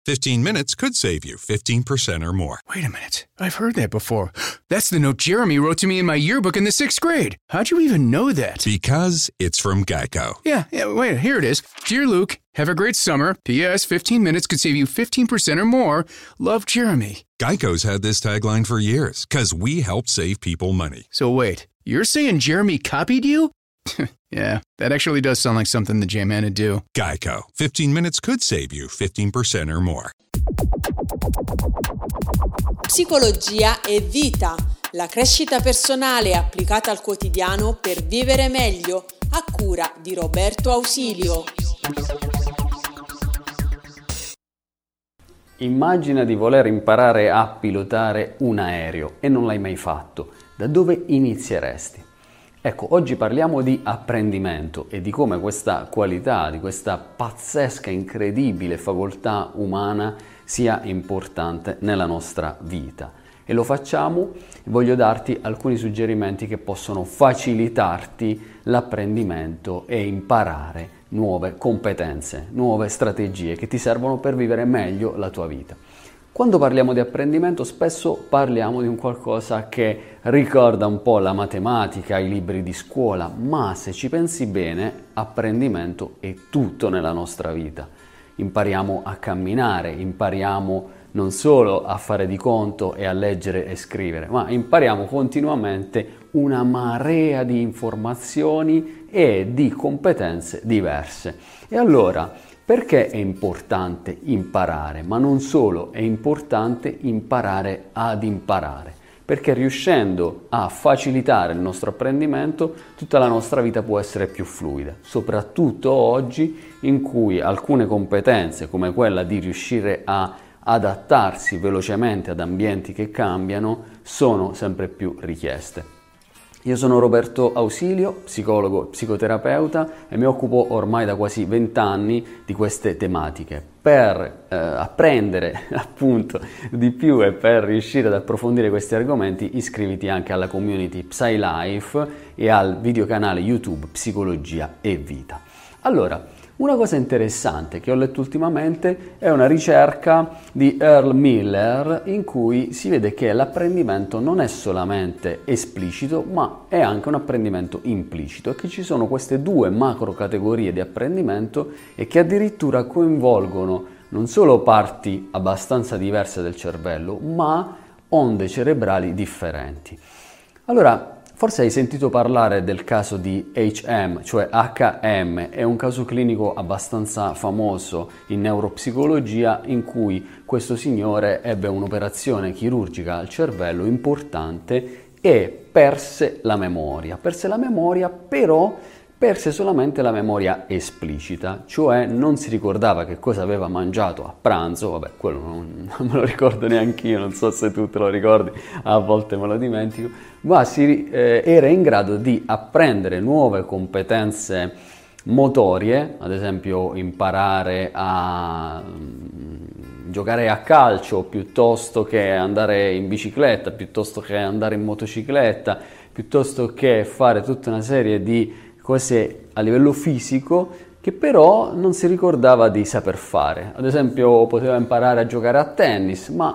15 minutes could save you 15% or more. Wait a minute. I've heard that before. That's the note Jeremy wrote to me in my yearbook in the 6th grade. How'd you even know that? Because it's from Geico. Yeah, wait, here it is. Dear Luke, have a great summer. P.S. 15 minutes could save you 15% or more. Love, Jeremy. Geico's had this tagline for years, because we help save people money. So wait, you're saying Jeremy copied you? Yeah, that actually does sound like something the J-Man would do. Geico. 15 minutes could save you 15% or more. Psicologia e vita. La crescita personale applicata al quotidiano per vivere meglio, a cura di Roberto Ausilio. Immagina di voler imparare a pilotare un aereo e non l'hai mai fatto. Da dove inizieresti? Ecco, oggi parliamo di apprendimento e di come questa qualità, di questa pazzesca, incredibile facoltà umana sia importante nella nostra vita. E lo facciamo, voglio darti alcuni suggerimenti che possono facilitarti l'apprendimento e imparare nuove competenze, nuove strategie che ti servono per vivere meglio la tua vita. Quando parliamo di apprendimento spesso parliamo di un qualcosa che ricorda un po' la matematica, i libri di scuola, ma se ci pensi bene, apprendimento è tutto nella nostra vita. Impariamo a camminare, impariamo non solo a fare di conto e a leggere e scrivere, ma impariamo continuamente una marea di informazioni e di competenze diverse. E allora, perché è importante imparare? Ma non solo, è importante imparare ad imparare, perché riuscendo a facilitare il nostro apprendimento, tutta la nostra vita può essere più fluida, soprattutto oggi in cui alcune competenze, come quella di riuscire a adattarsi velocemente ad ambienti che cambiano, sono sempre più richieste. Io sono Roberto Ausilio, psicologo e psicoterapeuta e mi occupo ormai da quasi 20 anni di queste tematiche. Per apprendere appunto di più e per riuscire ad approfondire questi argomenti, iscriviti anche alla community PsyLife e al videocanale YouTube Psicologia e Vita. Allora, una cosa interessante che ho letto ultimamente è una ricerca di Earl Miller in cui si vede che l'apprendimento non è solamente esplicito, ma è anche un apprendimento implicito e che ci sono queste due macro categorie di apprendimento e che addirittura coinvolgono non solo parti abbastanza diverse del cervello, ma onde cerebrali differenti. Allora, forse hai sentito parlare del caso di HM, cioè HM, è un caso clinico abbastanza famoso in neuropsicologia in cui questo signore ebbe un'operazione chirurgica al cervello importante e perse la memoria, però perse solamente la memoria esplicita, cioè non si ricordava che cosa aveva mangiato a pranzo, vabbè, quello non me lo ricordo neanche io, non so se tu te lo ricordi, a volte me lo dimentico, ma era in grado di apprendere nuove competenze motorie, ad esempio imparare a giocare a calcio piuttosto che andare in bicicletta, piuttosto che andare in motocicletta, piuttosto che fare tutta una serie di cose a livello fisico che però non si ricordava di saper fare. Ad esempio poteva imparare a giocare a tennis, ma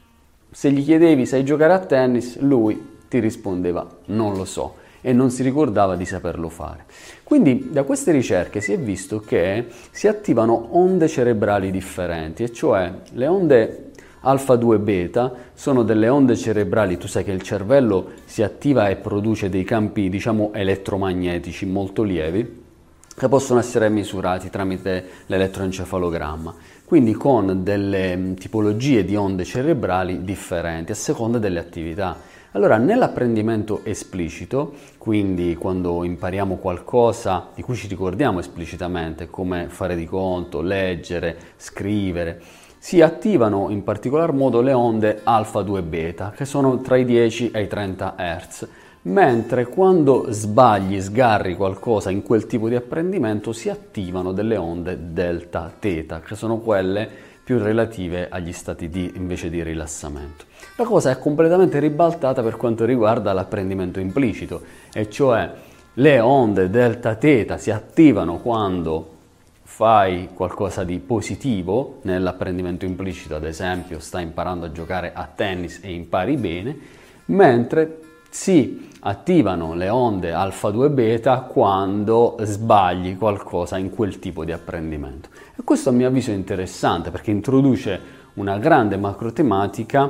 se gli chiedevi sai giocare a tennis, lui ti rispondeva non lo so e non si ricordava di saperlo fare. Quindi da queste ricerche si è visto che si attivano onde cerebrali differenti, e cioè le onde alfa 2 beta sono delle onde cerebrali, tu sai che il cervello si attiva e produce dei campi, diciamo, elettromagnetici molto lievi che possono essere misurati tramite l'elettroencefalogramma, quindi con delle tipologie di onde cerebrali differenti a seconda delle attività. Allora, nell'apprendimento esplicito, quindi quando impariamo qualcosa di cui ci ricordiamo esplicitamente, come fare di conto, leggere, scrivere, si attivano in particolar modo le onde alfa 2 beta, che sono tra i 10 e i 30 Hz, mentre quando sgarri qualcosa in quel tipo di apprendimento si attivano delle onde delta theta, che sono quelle più relative agli stati invece di rilassamento. La cosa è completamente ribaltata per quanto riguarda l'apprendimento implicito, e cioè le onde delta theta si attivano quando fai qualcosa di positivo nell'apprendimento implicito, ad esempio stai imparando a giocare a tennis e impari bene, mentre si attivano le onde alfa 2 beta quando sbagli qualcosa in quel tipo di apprendimento. E questo a mio avviso è interessante perché introduce una grande macrotematica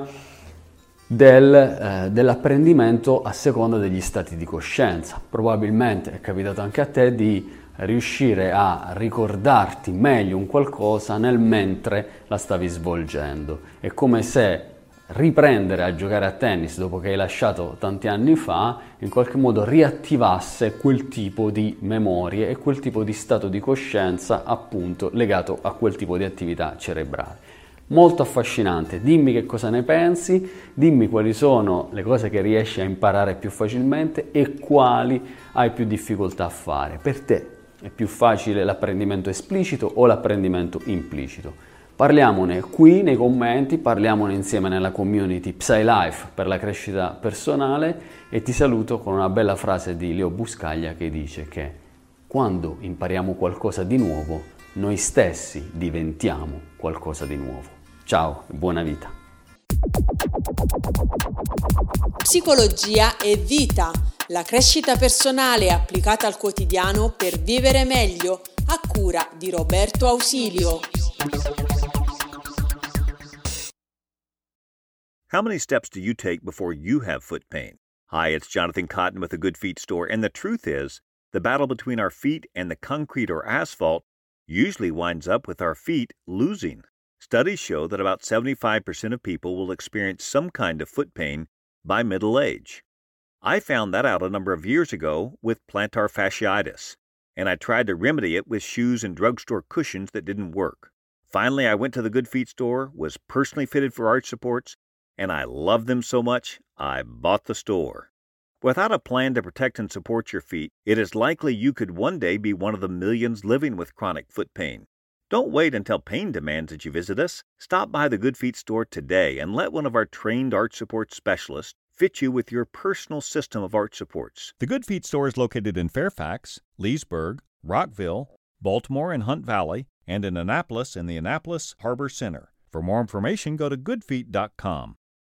dell'apprendimento a seconda degli stati di coscienza. Probabilmente è capitato anche a te di riuscire a ricordarti meglio un qualcosa nel mentre la stavi svolgendo. È come se riprendere a giocare a tennis dopo che hai lasciato tanti anni fa in qualche modo riattivasse quel tipo di memorie e quel tipo di stato di coscienza appunto legato a quel tipo di attività cerebrale. Molto affascinante, dimmi che cosa ne pensi, dimmi quali sono le cose che riesci a imparare più facilmente e quali hai più difficoltà a fare. Per te è più facile l'apprendimento esplicito o l'apprendimento implicito? Parliamone qui nei commenti, parliamone insieme nella community PsyLife per la crescita personale e ti saluto con una bella frase di Leo Buscaglia che dice che quando impariamo qualcosa di nuovo, noi stessi diventiamo qualcosa di nuovo. Ciao e buona vita! Psicologia e vita, la crescita personale applicata al quotidiano per vivere meglio, a cura di Roberto Ausilio. How many steps do you take before you have foot pain? Hi, it's Jonathan Cotton with the Good Feet Store, and the truth is, the battle between our feet and the concrete or asphalt usually winds up with our feet losing. Studies show that about 75% of people will experience some kind of foot pain by middle age. I found that out a number of years ago with plantar fasciitis, and I tried to remedy it with shoes and drugstore cushions that didn't work. Finally, I went to the Good Feet Store, was personally fitted for arch supports, and I loved them so much, I bought the store. Without a plan to protect and support your feet, it is likely you could one day be one of the millions living with chronic foot pain. Don't wait until pain demands that you visit us. Stop by the Good Feet Store today and let one of our trained arch support specialists fit you with your personal system of arch supports. The Good Feet Store is located in Fairfax, Leesburg, Rockville, Baltimore and Hunt Valley, and in Annapolis in the Annapolis Harbor Center. For more information, go to goodfeet.com.